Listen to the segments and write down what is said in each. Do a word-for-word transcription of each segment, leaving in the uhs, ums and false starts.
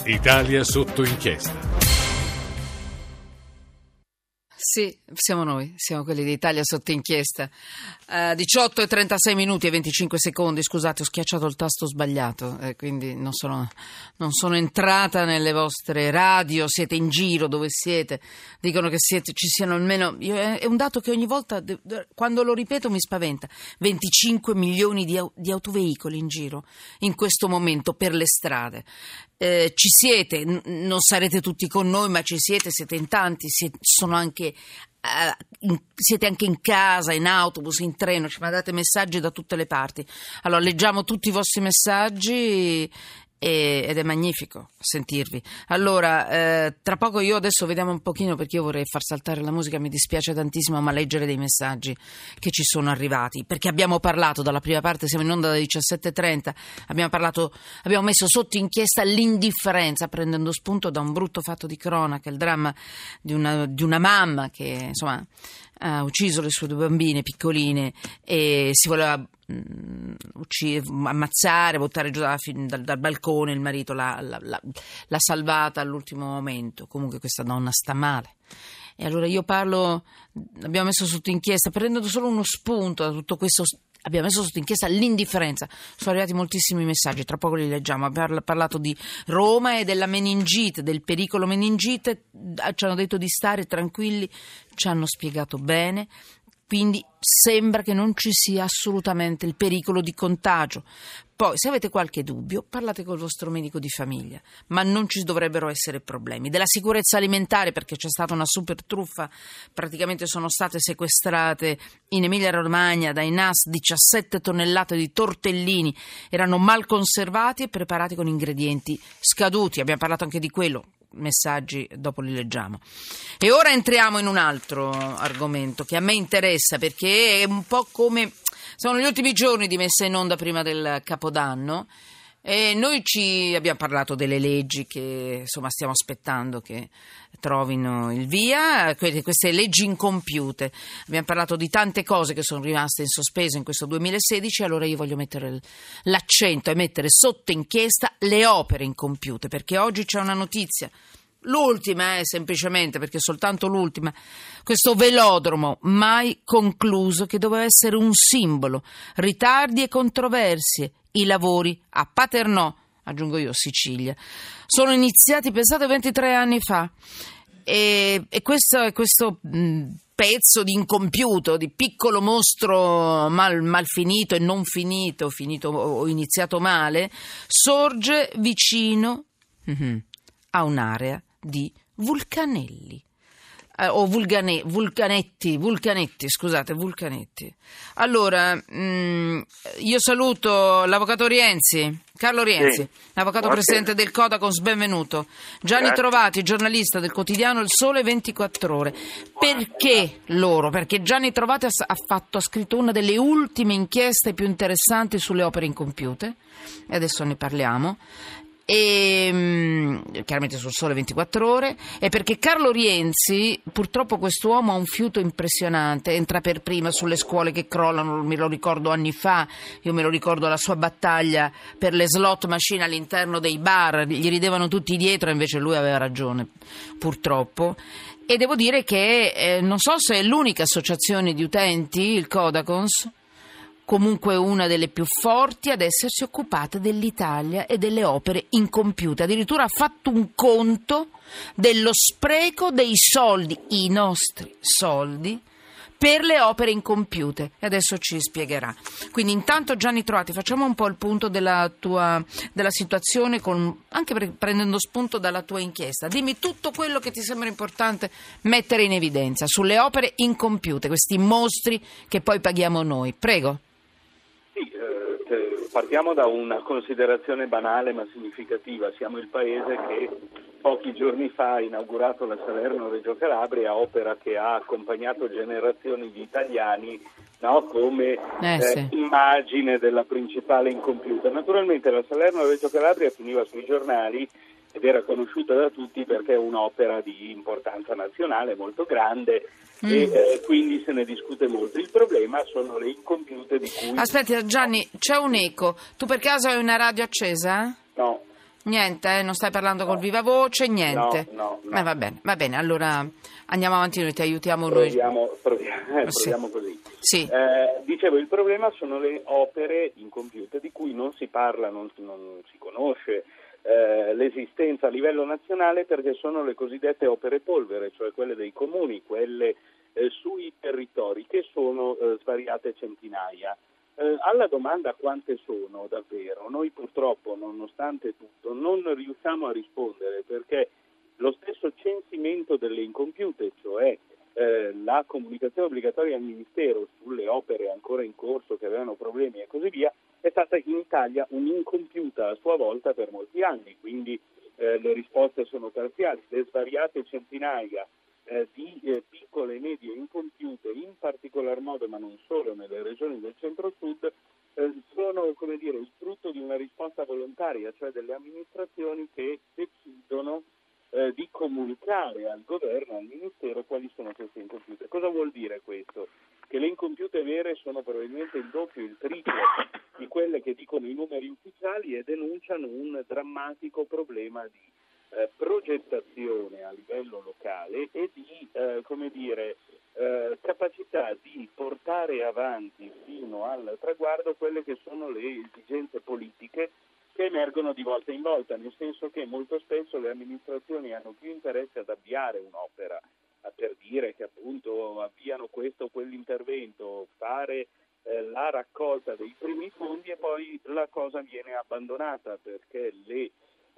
Italia sotto inchiesta. Sì, siamo noi, siamo quelli di Italia sotto inchiesta. Uh, diciotto e trentasei minuti e venticinque secondi, scusate, ho schiacciato il tasto sbagliato, eh, quindi non sono, non sono entrata nelle vostre radio, siete in giro, dove siete? Dicono che siete, ci siano almeno, io, è un dato che ogni volta, quando lo ripeto, mi spaventa, venticinque milioni di, di autoveicoli in giro in questo momento per le strade. Eh, ci siete, n- non sarete tutti con noi, ma ci siete, siete in tanti, siete, sono anche, uh, in, siete anche in casa, in autobus, in treno, ci mandate messaggi da tutte le parti. Allora leggiamo tutti i vostri messaggi e, ed è magnifico sentirvi. Allora, eh, tra poco io adesso vediamo un pochino, perché io vorrei far saltare la musica, mi dispiace tantissimo, ma leggere dei messaggi che ci sono arrivati, perché abbiamo parlato dalla prima parte, siamo in onda dalle diciassette e trenta, abbiamo parlato, abbiamo messo sotto inchiesta l'indifferenza, prendendo spunto da un brutto fatto di cronaca, il dramma di una, di una mamma che insomma ha ucciso le sue due bambine piccoline e si voleva mh, uccidere, ammazzare, buttare giù dal, dal, dal balcone. Il marito l'ha, l'ha, l'ha salvata all'ultimo momento. Comunque questa donna sta male. E allora io parlo, abbiamo messo sotto inchiesta, prendendo solo uno spunto da tutto questo, abbiamo messo sotto inchiesta l'indifferenza. Sono arrivati moltissimi messaggi, tra poco li leggiamo. Abbiamo parlato di Roma e della meningite, del pericolo meningite, ci hanno detto di stare tranquilli, ci hanno spiegato bene, quindi sembra che non ci sia assolutamente il pericolo di contagio. Poi, se avete qualche dubbio, parlate col vostro medico di famiglia, ma non ci dovrebbero essere problemi. Della sicurezza alimentare, perché c'è stata una super truffa, praticamente sono state sequestrate in Emilia-Romagna dai N A S diciassette tonnellate di tortellini, erano mal conservati e preparati con ingredienti scaduti. Abbiamo parlato anche di quello. Messaggi dopo li leggiamo. E ora entriamo in un altro argomento che a me interessa, perché è un po' come sono gli ultimi giorni di messa in onda prima del Capodanno e noi ci abbiamo parlato delle leggi che insomma stiamo aspettando che trovino il via, queste leggi incompiute. Abbiamo parlato di tante cose che sono rimaste in sospeso in questo duemilasedici, allora io voglio mettere l'accento e mettere sotto inchiesta le opere incompiute, perché oggi c'è una notizia, l'ultima è eh, semplicemente perché soltanto l'ultima, questo velodromo mai concluso che doveva essere un simbolo, ritardi e controversie, i lavori a Paternò, aggiungo io Sicilia, sono iniziati, pensate, ventitré anni fa e, e questo, questo mh, pezzo di incompiuto, di piccolo mostro mal, mal finito e non finito, finito o iniziato male, sorge vicino uh-huh, a un'area di vulcanelli. O vulgane, vulcanetti, vulcanetti, scusate, vulcanetti. Allora, mh, io saluto l'avvocato Rienzi, Carlo Rienzi, sì. L'avvocato okay. Presidente del Codacons, benvenuto. Gianni Grazie. Trovati, giornalista del quotidiano Il Sole ventiquattro Ore. Perché loro? Perché Gianni Trovati ha, ha, fatto, ha scritto una delle ultime inchieste più interessanti sulle opere incompiute, e adesso ne parliamo. E chiaramente sul Sole ventiquattro Ore, e perché Carlo Rienzi, purtroppo quest'uomo ha un fiuto impressionante, entra per prima sulle scuole che crollano, me lo ricordo anni fa, io me lo ricordo la sua battaglia per le slot machine all'interno dei bar, gli ridevano tutti dietro, invece lui aveva ragione, purtroppo. E devo dire che eh, non so se è l'unica associazione di utenti, il Codacons, comunque una delle più forti ad essersi occupata dell'Italia e delle opere incompiute. Addirittura ha fatto un conto dello spreco dei soldi, i nostri soldi, per le opere incompiute. E adesso ci spiegherà. Quindi intanto, Gianni Trovati, facciamo un po' il punto della tua della situazione, con, anche pre- prendendo spunto dalla tua inchiesta. Dimmi tutto quello che ti sembra importante mettere in evidenza sulle opere incompiute, questi mostri che poi paghiamo noi. Prego. Partiamo da una considerazione banale ma significativa. Siamo il paese che pochi giorni fa ha inaugurato la Salerno-Reggio Calabria, opera che ha accompagnato generazioni di italiani, no, come eh, eh, sì. immagine della principale incompiuta. Naturalmente la Salerno-Reggio Calabria finiva sui giornali ed era conosciuta da tutti perché è un'opera di importanza nazionale molto grande mm. e eh, quindi se ne discute molto. Il problema sono le incompiute di cui... Aspetti Gianni, c'è un eco. Tu per caso hai una radio accesa? No. Niente, eh? Non stai parlando no. col viva voce, niente. No, no, no. Eh, va bene, va bene, allora andiamo avanti, noi ti aiutiamo proviamo, noi. Proviamo, eh, sì. proviamo così. Sì. Eh, dicevo, il problema sono le opere incompiute di cui non si parla, non, non si conosce eh, l'esistenza a livello nazionale, perché sono le cosiddette opere polvere, cioè quelle dei comuni, quelle eh, sui territori, che sono eh, svariate centinaia. Eh, alla domanda quante sono davvero, noi purtroppo, nonostante tutto, non riusciamo a rispondere, perché lo stesso censimento delle incompiute, cioè eh, la comunicazione obbligatoria al Ministero sulle opere ancora in corso che avevano problemi e così via, è stata in Italia un'incompiuta a sua volta per molti anni, quindi eh, le risposte sono parziali, le svariate centinaia eh, di eh, piccole e medie incompiute, in particolar modo, ma non solo, nelle regioni del centro-sud, eh, sono, come dire, il frutto di una risposta volontaria, cioè delle amministrazioni che decidono eh, di comunicare al governo, al Ministero, quali sono queste incompiute. Cosa vuol dire questo? Che le incompiute vere sono probabilmente il doppio, il triplo di quelle che dicono i numeri ufficiali e denunciano un drammatico problema di Eh, progettazione a livello locale e di eh, come dire eh, capacità di portare avanti fino al traguardo quelle che sono le esigenze politiche che emergono di volta in volta, nel senso che molto spesso le amministrazioni hanno più interesse ad avviare un'opera, a per dire che appunto avviano questo o quell'intervento, fare eh, la raccolta dei primi fondi, e poi la cosa viene abbandonata perché le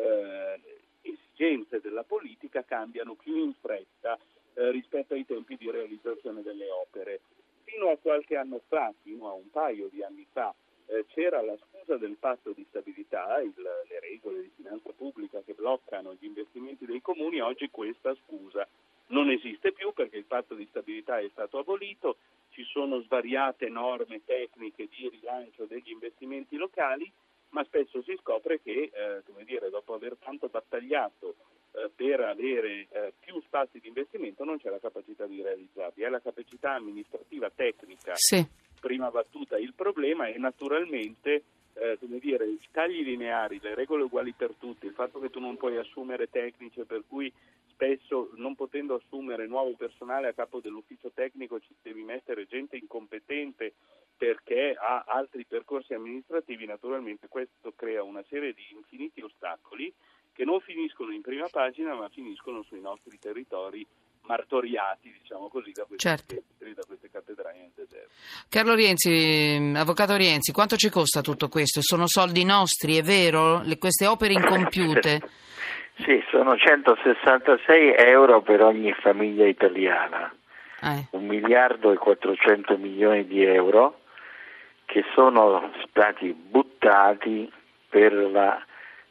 eh, esigenze della politica cambiano più in fretta eh, rispetto ai tempi di realizzazione delle opere. Fino a qualche anno fa, fino a un paio di anni fa, eh, c'era la scusa del patto di stabilità, il, le regole di finanza pubblica che bloccano gli investimenti dei comuni. Oggi questa scusa non esiste più perché il patto di stabilità è stato abolito, ci sono svariate norme tecniche di rilancio degli investimenti locali, ma spesso si scopre che, eh, come dire, dopo aver tanto battagliato eh, per avere eh, più spazi di investimento, non c'è la capacità di realizzarli, è la capacità amministrativa tecnica. Sì. Prima battuta il problema, e naturalmente eh, come dire, i tagli lineari, le regole uguali per tutti, il fatto che tu non puoi assumere tecnici, per cui spesso non potendo assumere nuovo personale a capo dell'ufficio tecnico ci devi mettere gente incompetente perché ha altri percorsi amministrativi. Naturalmente questo crea una serie di infiniti ostacoli che non finiscono in prima pagina ma finiscono sui nostri territori martoriati, diciamo così, da questi certo. centri, da queste cattedrali nel deserto. Carlo Rienzi, avvocato Rienzi, quanto ci costa tutto questo? Sono soldi nostri, è vero? Le, queste opere incompiute? Sì, sono centosessantasei euro per ogni famiglia italiana, eh. un miliardo e quattrocento milioni di euro che sono stati buttati per la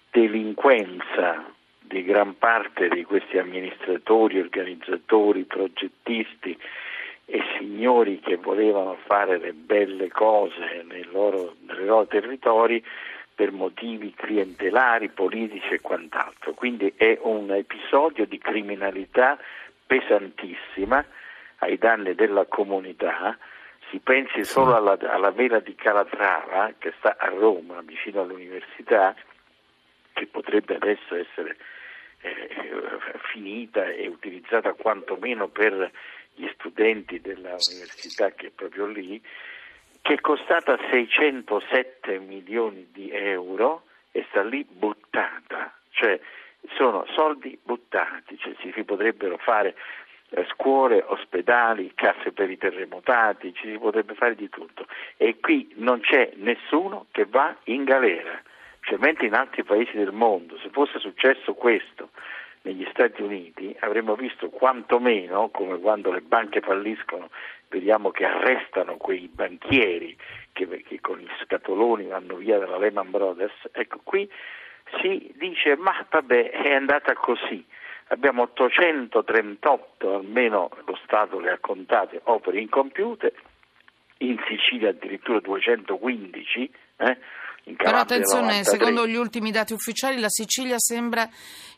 delinquenza di gran parte di questi amministratori, organizzatori, progettisti e signori che volevano fare le belle cose nei loro, nei loro territori per motivi clientelari, politici e quant'altro. Quindi è un episodio di criminalità pesantissima ai danni della comunità. Si pensi solo alla, alla vela di Calatrava, che sta a Roma, vicino all'università, che potrebbe adesso essere eh, finita e utilizzata quantomeno per gli studenti dell'università che è proprio lì, che è costata seicentosette milioni di euro e sta lì buttata, cioè sono soldi buttati, cioè si potrebbero fare eh, scuole, ospedali, casse per i terremotati, ci si potrebbe fare di tutto, e qui non c'è nessuno che va in galera, cioè mentre in altri paesi del mondo, se fosse successo questo negli Stati Uniti, avremmo visto quantomeno, come quando le banche falliscono, vediamo che arrestano quei banchieri che, che con i scatoloni vanno via dalla Lehman Brothers. Ecco, qui si dice ma vabbè, è andata così. Abbiamo ottocentotrentotto, almeno lo Stato le ha contate, opere incompiute, in Sicilia addirittura duecentoquindici, eh? Però attenzione, secondo gli ultimi dati ufficiali la Sicilia sembra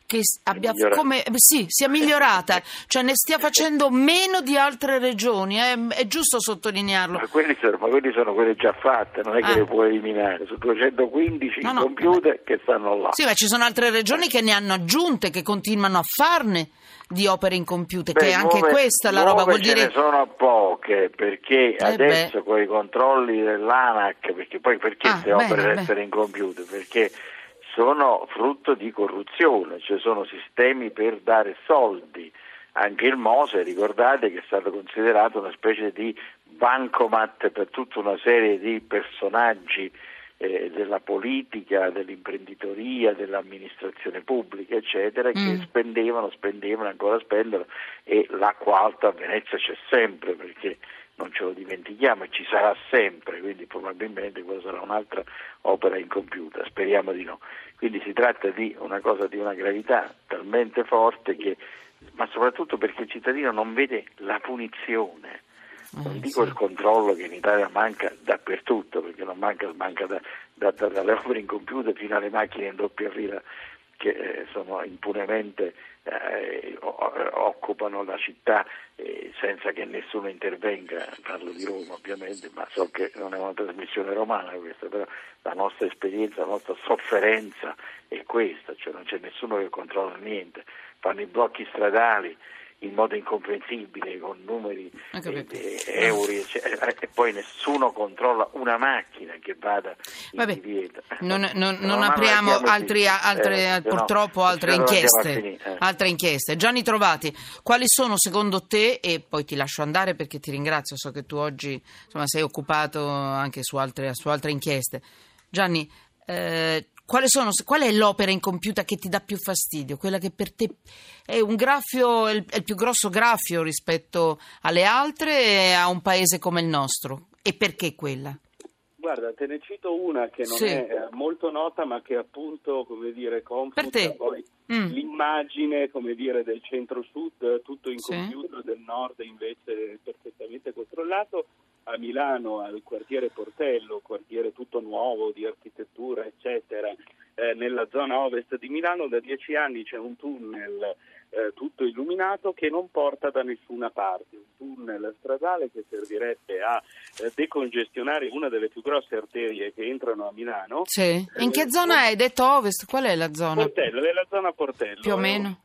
che abbia come sì, sia migliorata, cioè ne stia facendo meno di altre regioni, è, è giusto sottolinearlo. Ma quelli sono, ma quelli sono quelle già fatte, non è che ah. le puoi eliminare, sono duecentoquindici no, no, computer beh. che stanno là. Sì, ma ci sono altre regioni che ne hanno aggiunte, che continuano a farne di opere incompiute, beh, che anche nuove, questa la roba vuol dire... ce ne sono poche, perché eh adesso beh. con i controlli dell'ANAC, perché poi perché ah, queste opere devono essere incompiute? Perché sono frutto di corruzione, cioè sono sistemi per dare soldi. Anche il MOSE, ricordate che è stato considerato una specie di bancomat per tutta una serie di personaggi eh, della politica, dell'imprenditoria, dell'amministrazione pubblica, eccetera, mm. che spendevano, spendevano, ancora spendono, e l'acqua alta a Venezia c'è sempre, perché non ce lo dimentichiamo, e ci sarà sempre, quindi probabilmente quella sarà un'altra opera incompiuta, speriamo di no. Quindi si tratta di una cosa di una gravità talmente forte che, ma soprattutto perché il cittadino non vede la punizione, non eh, dico sì. il controllo che in Italia manca dappertutto, perché non manca, manca da, da, da, dalle opere incompiute fino alle macchine in doppia fila che eh, sono impunemente eh, occupano la città eh, senza che nessuno intervenga. Parlo di Roma ovviamente, ma so che non è una trasmissione romana questa, però la nostra esperienza, la nostra sofferenza è questa, cioè non c'è nessuno che controlla niente, fanno i blocchi stradali in modo incomprensibile, con numeri eh, euro e, e poi nessuno controlla una macchina che vada in Vabbè, divieto. Non, non, non, non apriamo altri, altre, eh, purtroppo no, altre inchieste, eh. altre inchieste. Gianni Trovati, quali sono secondo te, e poi ti lascio andare perché ti ringrazio, so che tu oggi insomma, sei occupato anche su altre, su altre inchieste. Gianni, eh, Quali sono, qual è l'opera incompiuta che ti dà più fastidio? Quella che per te è un graffio, è il, è il più grosso graffio rispetto alle altre e a un paese come il nostro? E perché quella? Guarda, te ne cito una che non sì. è molto nota, ma che appunto, come dire, computa per te. poi mm. l'immagine, come dire, del centro-sud, tutto incompiuto, sì. del nord invece perfettamente controllato. A Milano, al quartiere Portello, quartiere tutto nuovo di architettura, eccetera, eh, nella zona ovest di Milano da dieci anni c'è un tunnel eh, tutto illuminato che non porta da nessuna parte, un tunnel stradale che servirebbe a eh, decongestionare una delle più grosse arterie che entrano a Milano. Sì. In che eh, zona hai detto ovest? Qual è la zona? Portello, è la zona Portello. Più o meno?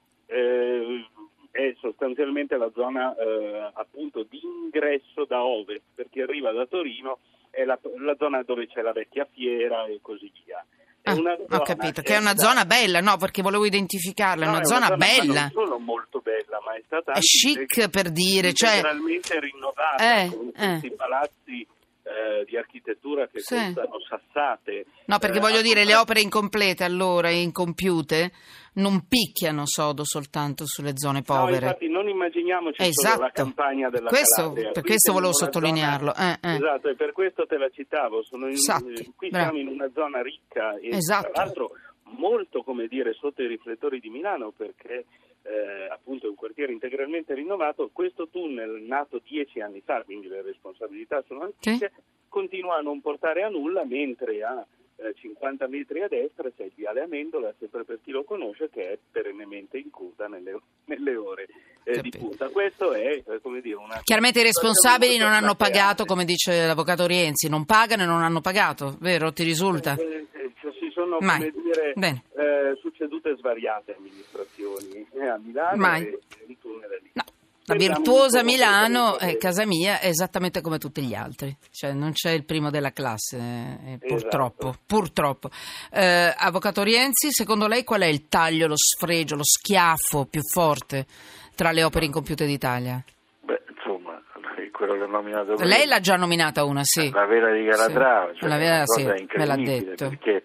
Eh, è sostanzialmente la zona eh, appunto di ingresso da ovest, per chi arriva da Torino è la, la zona dove c'è la vecchia fiera e così via. È ah, una ho capito, che è una zona bella, no, perché volevo identificarla, è no, una, è zona, una zona bella. Non solo molto bella, ma è stata è anche chic per dire, cioè generalmente rinnovata eh, con eh. questi palazzi eh, di architettura che sì. costano sassate. No, perché eh, voglio dire, comprare... le opere incomplete allora, incompiute, non picchiano sodo soltanto sulle zone povere. No, infatti non immaginiamoci esatto. solo la campagna della questo, Calabria. Per qui questo volevo sottolinearlo. Zona... Eh, eh. Esatto, e per questo te la citavo. Sono in... esatto. Qui Bravo. siamo in una zona ricca e esatto. tra l'altro molto, come dire, sotto i riflettori di Milano, perché eh, appunto è un quartiere integralmente rinnovato. Questo tunnel, nato dieci anni fa, quindi le responsabilità sono antiche, sì. continua a non portare a nulla, mentre a eh, cinquanta metri a destra c'è il viale Amendola, sempre per chi lo conosce, che è perennemente in coda nelle, nelle ore eh, di punta. Questo è, eh, come dire, una... Chiaramente i responsabili non hanno pagato, come dice l'avvocato Rienzi, non pagano e non hanno pagato, vero? Ti risulta? Eh, eh, cioè, si sono, Mai. come dire, eh, succedute svariate amministrazioni eh, a Milano Mai. e un tunnel lì. No. La virtuosa Milano, è casa mia, è esattamente come tutti gli altri, cioè non c'è il primo della classe, eh, purtroppo. Esatto. purtroppo. Eh, Avvocato Rienzi, secondo lei qual è il taglio, lo sfregio, lo schiaffo più forte tra le opere incompiute d'Italia? Beh, insomma, quello che ha nominato prima. Lei l'ha già nominata una, sì. La Vela di Calatrava, sì. cioè la vera, una cosa sì, incredibile, me l'ha detto. Perché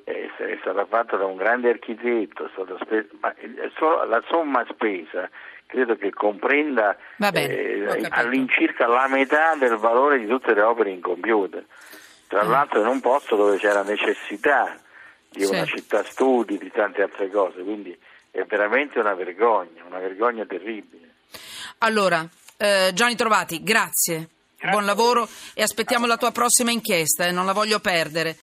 è stata fatta da un grande architetto, è stata spesa, ma solo la somma spesa credo che comprenda eh, all'incirca la metà del valore di tutte le opere incompiute. Tra l'altro in un posto dove c'era necessità di una sì. città studi, di tante altre cose, quindi è veramente una vergogna, una vergogna terribile. Allora, eh, Gianni Trovati, grazie, grazie, buon lavoro e aspettiamo la tua prossima inchiesta, eh, non la voglio perdere.